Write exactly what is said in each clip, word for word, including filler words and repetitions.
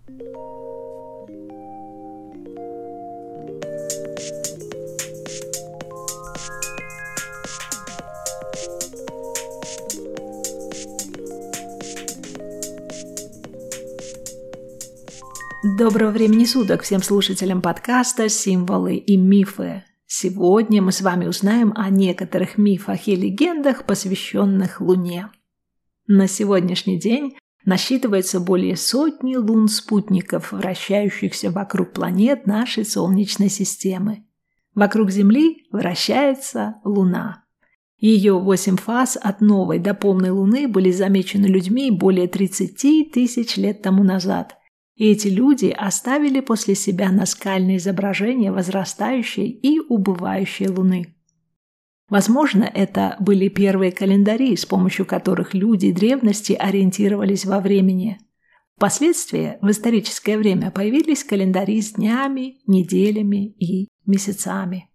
Доброго времени суток всем слушателям подкаста «Символы и мифы». Сегодня мы с вами узнаем о некоторых мифах и легендах, посвященных Луне. На сегодняшний день насчитывается более сотни лун-спутников, вращающихся вокруг планет нашей Солнечной системы. Вокруг Земли вращается Луна. Ее восемь фаз от новой до полной Луны были замечены людьми более тридцати тысяч лет тому назад. И эти люди оставили после себя наскальные изображения возрастающей и убывающей Луны. Возможно, это были первые календари, с помощью которых люди древности ориентировались во времени. Впоследствии, в историческое время, появились календари с днями, неделями и месяцами.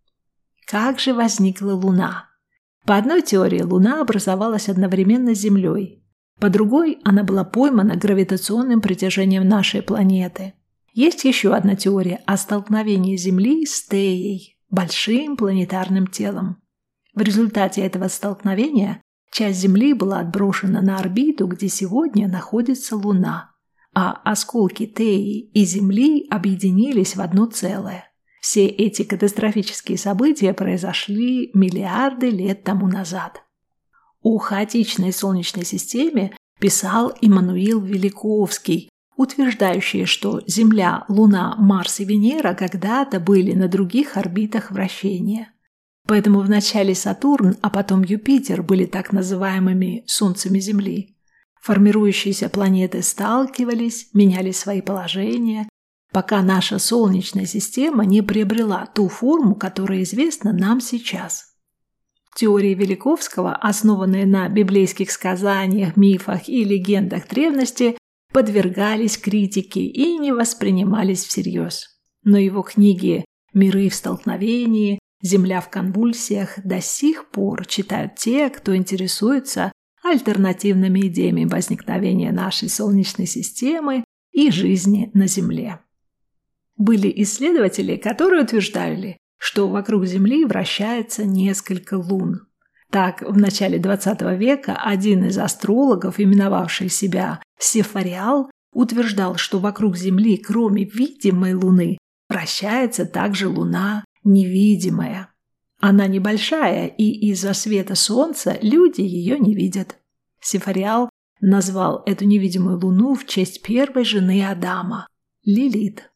Как же возникла Луна? По одной теории, Луна образовалась одновременно с Землей. По другой, она была поймана гравитационным притяжением нашей планеты. Есть еще одна теория о столкновении Земли с Теей, большим планетарным телом. В результате этого столкновения часть Земли была отброшена на орбиту, где сегодня находится Луна, а осколки Теи и Земли объединились в одно целое. Все эти катастрофические события произошли миллиарды лет тому назад. О хаотичной Солнечной системе писал Иммануил Великовский, утверждающий, что Земля, Луна, Марс и Венера когда-то были на других орбитах вращения. Поэтому вначале Сатурн, а потом Юпитер были так называемыми Солнцами Земли. Формирующиеся планеты сталкивались, меняли свои положения, пока наша Солнечная система не приобрела ту форму, которая известна нам сейчас. Теории Великовского, основанные на библейских сказаниях, мифах и легендах древности, подвергались критике и не воспринимались всерьез. Но его книги «Миры в столкновении», «Земля в конвульсиях» до сих пор читают те, кто интересуется альтернативными идеями возникновения нашей Солнечной системы и жизни на Земле. Были исследователи, которые утверждали, что вокруг Земли вращается несколько лун. Так, в начале двадцатого века один из астрологов, именовавший себя Сефариал, утверждал, что вокруг Земли, кроме видимой Луны, вращается также Луна невидимая. Она небольшая, и из-за света Солнца люди ее не видят. Сефариал назвал эту невидимую Луну в честь первой жены Адама – Лилит.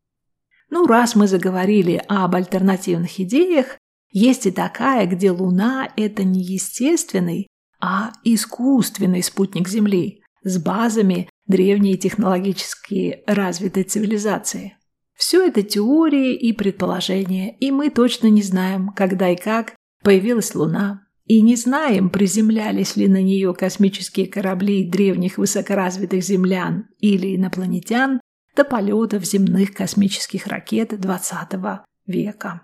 Ну, раз мы заговорили об альтернативных идеях, есть и такая, где Луна – это не естественный, а искусственный спутник Земли с базами древней технологически развитой цивилизации. Все это теории и предположения, и мы точно не знаем, когда и как появилась Луна, и не знаем, приземлялись ли на нее космические корабли древних высокоразвитых землян или инопланетян, до полетов земных космических ракет двадцатого века.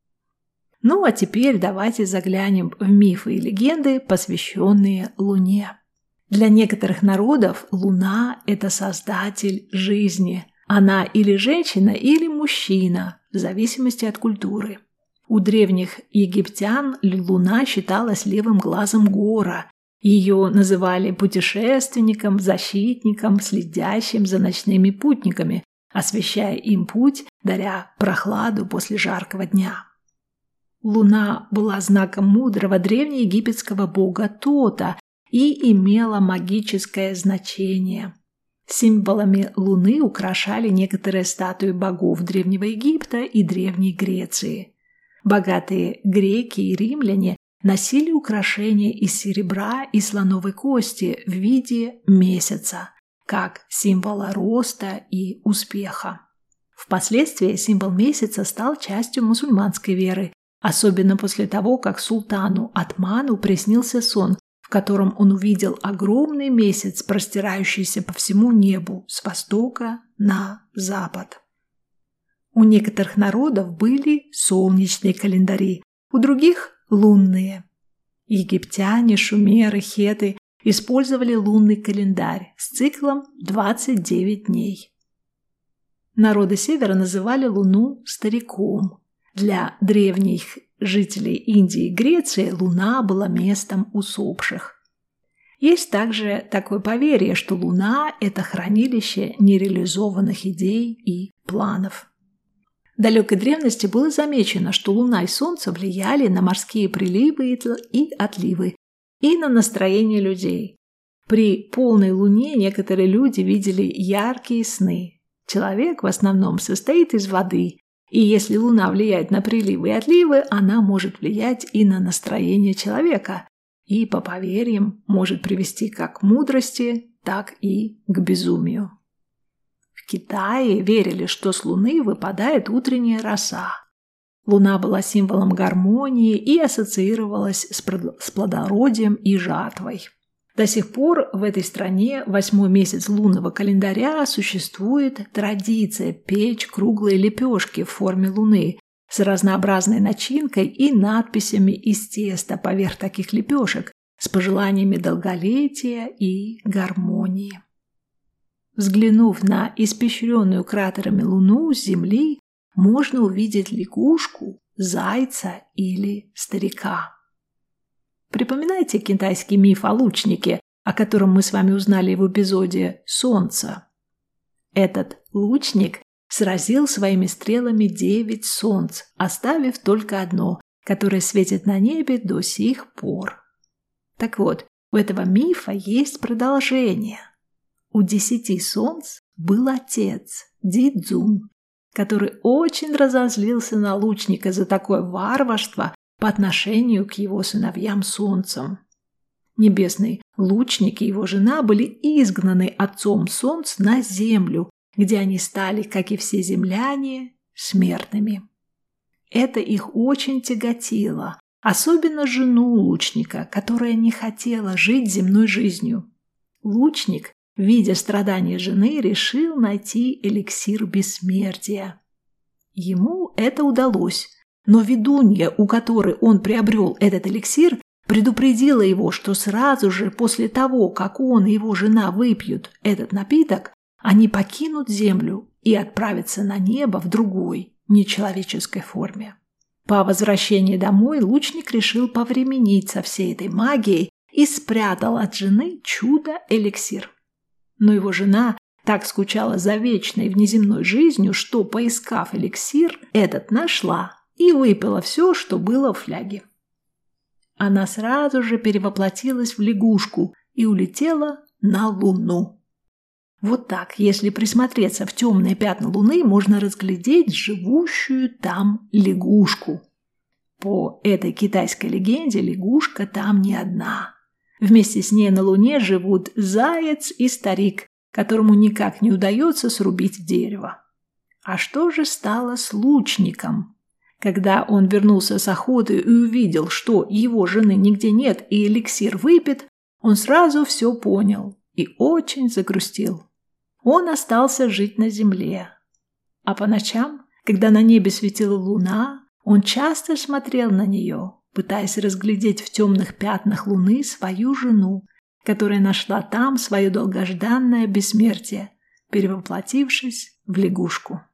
Ну а теперь давайте заглянем в мифы и легенды, посвященные Луне. Для некоторых народов Луна – это создатель жизни. Она или женщина, или мужчина, в зависимости от культуры. У древних египтян Луна считалась левым глазом Гора. Ее называли путешественником, защитником, следящим за ночными путниками, освещая им путь, даря прохладу после жаркого дня. Луна была знаком мудрого древнеегипетского бога Тота и имела магическое значение. Символами Луны украшали некоторые статуи богов Древнего Египта и Древней Греции. Богатые греки и римляне носили украшения из серебра и слоновой кости в виде месяца, как символа роста и успеха. Впоследствии символ месяца стал частью мусульманской веры, особенно после того, как султану Атману приснился сон, в котором он увидел огромный месяц, простирающийся по всему небу с востока на запад. У некоторых народов были солнечные календари, у других – лунные. Египтяне, шумеры, хетты использовали лунный календарь с циклом двадцать девять дней. Народы Севера называли Луну стариком. Для древних жителей Индии и Греции Луна была местом усопших. Есть также такое поверье, что Луна – это хранилище нереализованных идей и планов. В далекой древности было замечено, что Луна и Солнце влияли на морские приливы и отливы, и на настроение людей. При полной Луне некоторые люди видели яркие сны. Человек в основном состоит из воды, и если Луна влияет на приливы и отливы, она может влиять и на настроение человека, и, по поверьям, может привести как к мудрости, так и к безумию. В Китае верили, что с Луны выпадает утренняя роса. Луна была символом гармонии и ассоциировалась с плодородием и жатвой. До сих пор в этой стране восьмой месяц лунного календаря существует традиция печь круглые лепешки в форме луны с разнообразной начинкой и надписями из теста поверх таких лепешек с пожеланиями долголетия и гармонии. Взглянув на испещренную кратерами луну с Земли, можно увидеть лягушку, зайца или старика. Припоминайте китайский миф о лучнике, о котором мы с вами узнали в эпизоде «Солнце». Этот лучник сразил своими стрелами девять солнц, оставив только одно, которое светит на небе до сих пор. Так вот, у этого мифа есть продолжение. У десяти солнц был отец, Дидзун, который очень разозлился на лучника за такое варварство по отношению к его сыновьям-солнцам. Небесный лучник и его жена были изгнаны отцом солнц на землю, где они стали, как и все земляне, смертными. Это их очень тяготило, особенно жену лучника, которая не хотела жить земной жизнью. Лучник, видя страдания жены, решил найти эликсир бессмертия. Ему это удалось. Но ведунья, у которой он приобрел этот эликсир, предупредила его, что сразу же после того, как он и его жена выпьют этот напиток, они покинут землю и отправятся на небо в другой, нечеловеческой форме. По возвращении домой лучник решил повременить со всей этой магией и спрятал от жены чудо-эликсир. Но его жена так скучала за вечной внеземной жизнью, что, поискав эликсир, этот нашла и выпила все, что было в фляге. Она сразу же перевоплотилась в лягушку и улетела на Луну. Вот так, если присмотреться в темные пятна Луны, можно разглядеть живущую там лягушку. По этой китайской легенде лягушка там не одна. Вместе с ней на Луне живут заяц и старик, которому никак не удается срубить дерево. А что же стало с лучником? Когда он вернулся с охоты и увидел, что его жены нигде нет и эликсир выпит, он сразу все понял и очень загрустил. Он остался жить на земле. А по ночам, когда на небе светила луна, он часто смотрел на нее, пытаясь разглядеть в темных пятнах луны свою жену, которая нашла там свое долгожданное бессмертие, перевоплотившись в лягушку.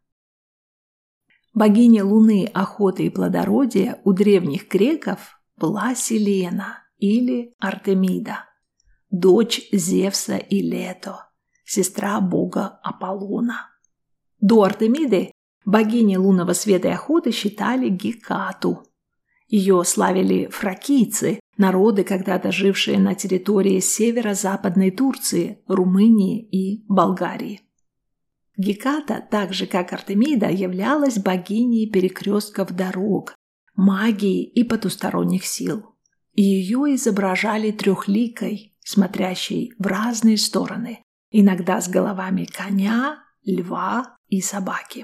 Богиня Луны, охоты и плодородия у древних греков была Селена или Артемида, дочь Зевса и Лето, сестра бога Аполлона. До Артемиды богиней лунного света и охоты считали Гекату. Ее славили фракийцы, народы, когда-то жившие на территории северо-западной Турции, Румынии и Болгарии. Геката, так же как Артемида, являлась богиней перекрестков дорог, магии и потусторонних сил. Ее изображали трехликой, смотрящей в разные стороны, иногда с головами коня, льва и собаки.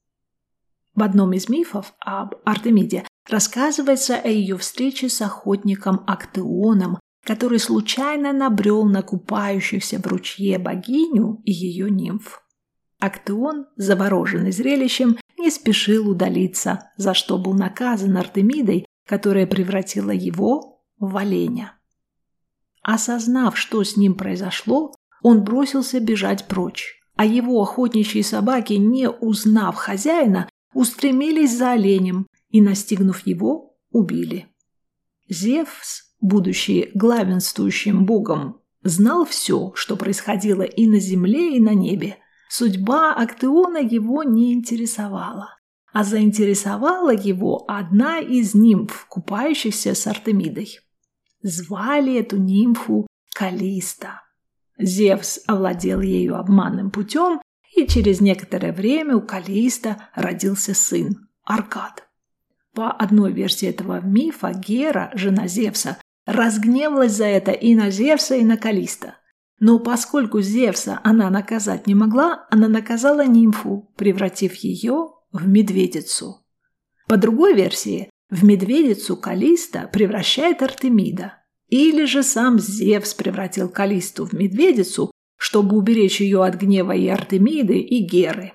В одном из мифов об Артемиде рассказывается о ее встрече с охотником Актеоном, который случайно набрел на купающихся в ручье богиню и ее нимф. Актеон, завороженный зрелищем, не спешил удалиться, за что был наказан Артемидой, которая превратила его в оленя. Осознав, что с ним произошло, он бросился бежать прочь, а его охотничьи собаки, не узнав хозяина, устремились за оленем и, настигнув его, убили. Зевс, будучи главенствующим богом, знал все, что происходило и на земле, и на небе. Судьба Актеона его не интересовала, а заинтересовала его одна из нимф, купающихся с Артемидой. Звали эту нимфу Калиста. Зевс овладел ею обманным путем, и через некоторое время у Калиста родился сын Аркад. По одной версии этого мифа, Гера, жена Зевса, разгневалась за это и на Зевса, и на Калиста. Но поскольку Зевса она наказать не могла, она наказала нимфу, превратив ее в медведицу. По другой версии, в медведицу Калиста превращает Артемида. Или же сам Зевс превратил Калисту в медведицу, чтобы уберечь ее от гнева и Артемиды, и Геры.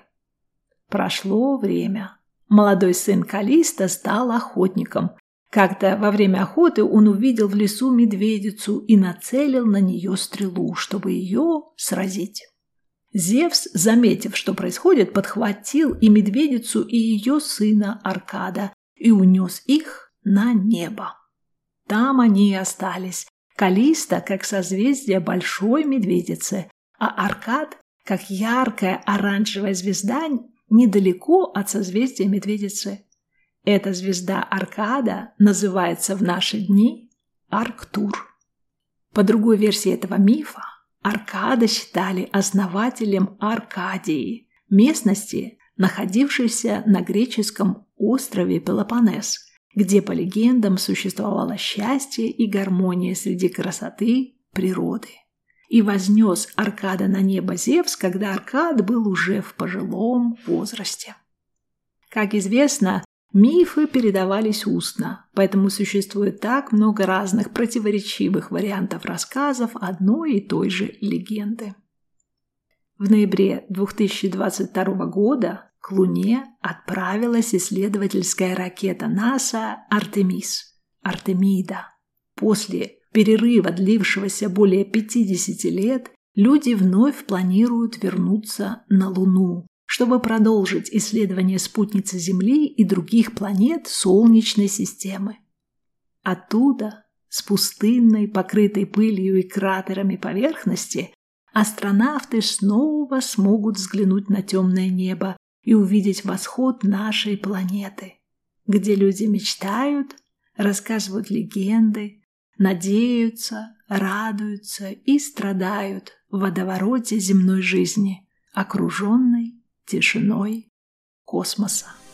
Прошло время. Молодой сын Калиста стал охотником. Как-то во время охоты он увидел в лесу медведицу и нацелил на нее стрелу, чтобы ее сразить. Зевс, заметив, что происходит, подхватил и медведицу, и ее сына Аркада и унес их на небо. Там они и остались. Калиста как созвездие большой медведицы, а Аркад как яркая оранжевая звезда недалеко от созвездия медведицы. Эта звезда Аркада называется в наши дни Арктур. По другой версии этого мифа, Аркада считали основателем Аркадии, местности, находившейся на греческом острове Пелопоннес, где, по легендам, существовало счастье и гармония среди красоты природы. И вознес Аркада на небо Зевс, когда Аркад был уже в пожилом возрасте. Как известно, мифы передавались устно, поэтому существует так много разных противоречивых вариантов рассказов одной и той же легенды. В ноябре две тысячи двадцать второго года к Луне отправилась исследовательская ракета НАСА «Артемис» – Артемида. После перерыва, длившегося более пятидесяти лет, люди вновь планируют вернуться на Луну, чтобы продолжить исследование спутницы Земли и других планет Солнечной системы. Оттуда, с пустынной, покрытой пылью и кратерами поверхности, астронавты снова смогут взглянуть на темное небо и увидеть восход нашей планеты, где люди мечтают, рассказывают легенды, надеются, радуются и страдают в водовороте земной жизни, окруженной тишиной космоса.